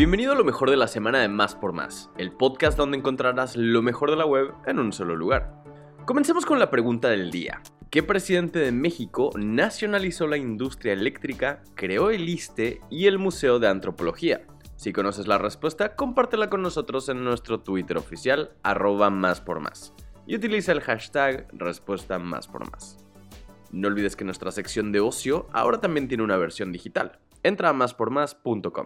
Bienvenido a lo mejor de la semana de Más por Más, el podcast donde encontrarás lo mejor de la web en un solo lugar. Comencemos con la pregunta del día. ¿Qué presidente de México nacionalizó la industria eléctrica, creó el ISSSTE y el Museo de Antropología? Si conoces la respuesta, compártela con nosotros en nuestro Twitter oficial, @máspormás, y utiliza el hashtag respuesta más por más. No olvides que nuestra sección de ocio ahora también tiene una versión digital. Entra a máspormás.com.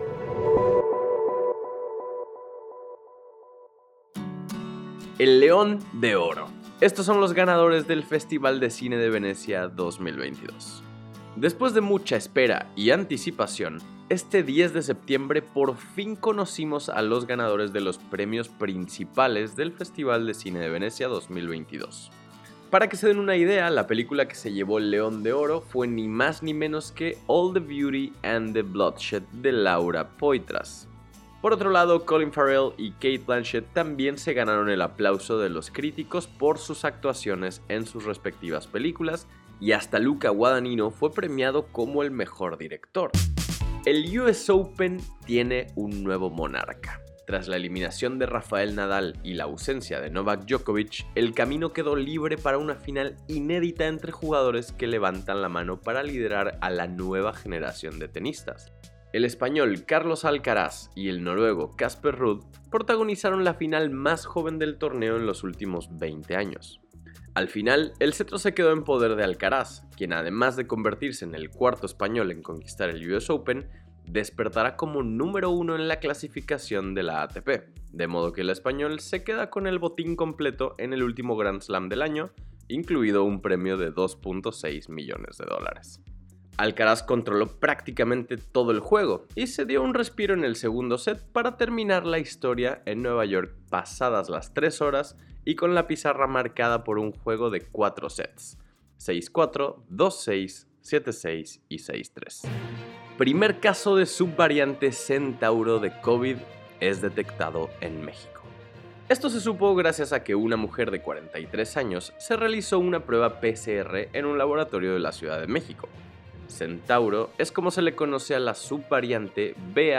El León de Oro. Estos son los ganadores del Festival de Cine de Venecia 2022. Después de mucha espera y anticipación, este 10 de septiembre por fin conocimos a los ganadores de los premios principales del Festival de Cine de Venecia 2022. Para que se den una idea, la película que se llevó el León de Oro fue ni más ni menos que All the Beauty and the Bloodshed de Laura Poitras. Por otro lado, Colin Farrell y Cate Blanchett también se ganaron el aplauso de los críticos por sus actuaciones en sus respectivas películas, y hasta Luca Guadagnino fue premiado como el mejor director. El US Open tiene un nuevo monarca. Tras la eliminación de Rafael Nadal y la ausencia de Novak Djokovic, el camino quedó libre para una final inédita entre jugadores que levantan la mano para liderar a la nueva generación de tenistas. El español Carlos Alcaraz y el noruego Casper Ruud protagonizaron la final más joven del torneo en los últimos 20 años. Al final, el cetro se quedó en poder de Alcaraz, quien además de convertirse en el cuarto español en conquistar el US Open, despertará como número 1 en la clasificación de la ATP, de modo que el español se queda con el botín completo en el último Grand Slam del año, incluido un premio de $2.6 millones. Alcaraz controló prácticamente todo el juego y se dio un respiro en el segundo set para terminar la historia en Nueva York pasadas las 3 horas y con la pizarra marcada por un juego de 4 sets: 6-4, 2-6, 7-6 y 6-3. Primer caso de subvariante Centauro de COVID es detectado en México. Esto se supo gracias a que una mujer de 43 años se realizó una prueba PCR en un laboratorio de la Ciudad de México. Centauro es como se le conoce a la subvariante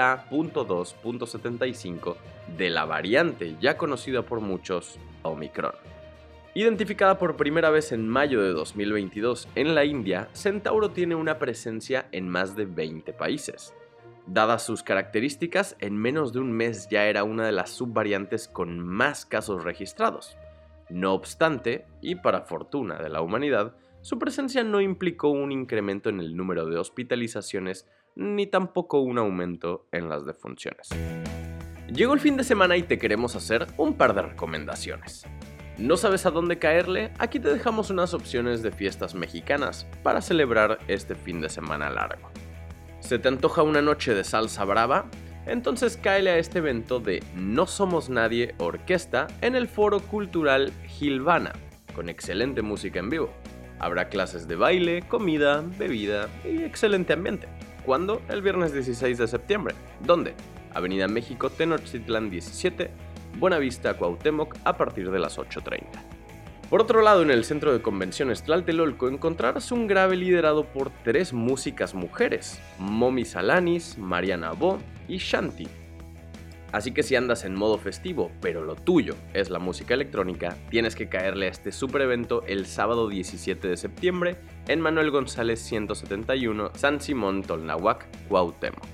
BA.2.75 de la variante ya conocida por muchos, Omicron. Identificada por primera vez en mayo de 2022 en la India, Centauro tiene una presencia en más de 20 países. Dadas sus características, en menos de un mes ya era una de las subvariantes con más casos registrados. No obstante, y para fortuna de la humanidad, su presencia no implicó un incremento en el número de hospitalizaciones ni tampoco un aumento en las defunciones. Llegó el fin de semana y te queremos hacer un par de recomendaciones. ¿No sabes a dónde caerle? Aquí te dejamos unas opciones de fiestas mexicanas para celebrar este fin de semana largo. ¿Se te antoja una noche de salsa brava? Entonces cáele a este evento de No Somos Nadie Orquesta en el Foro Cultural Gilvana, con excelente música en vivo. Habrá clases de baile, comida, bebida y excelente ambiente. ¿Cuándo? El viernes 16 de septiembre. ¿Dónde? Avenida México, Tenochtitlán 17, Buenavista, Cuauhtémoc, a partir de las 8:30. Por otro lado, en el Centro de Convenciones Tlatelolco encontrarás un grave liderado por 3 músicas mujeres: Momi Salanis, Mariana Bo y Shanti. Así que si andas en modo festivo, pero lo tuyo es la música electrónica, tienes que caerle a este super evento el sábado 17 de septiembre en Manuel González 171, San Simón Tolnahuac, Cuauhtémoc.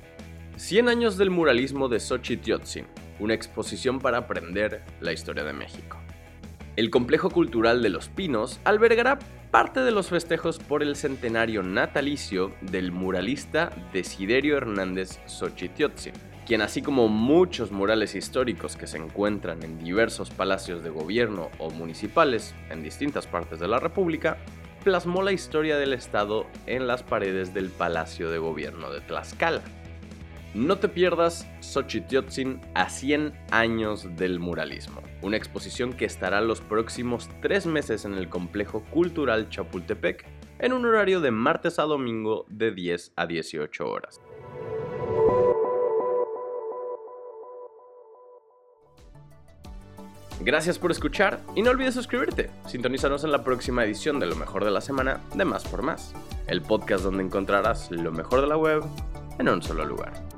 100 años del muralismo de Xochitl, una exposición para aprender la historia de México. El Complejo Cultural de Los Pinos albergará parte de los festejos por el centenario natalicio del muralista Desiderio Hernández Xochitl, quien, así como muchos murales históricos que se encuentran en diversos palacios de gobierno o municipales en distintas partes de la República, plasmó la historia del estado en las paredes del Palacio de Gobierno de Tlaxcala. No te pierdas Xochitl a 100 años del muralismo, una exposición que estará los próximos 3 meses en el Complejo Cultural Chapultepec en un horario de martes a domingo de 10 a 18 horas. Gracias por escuchar y no olvides suscribirte. Sintonízanos en la próxima edición de Lo Mejor de la Semana de Más por Más, el podcast donde encontrarás lo mejor de la web en un solo lugar.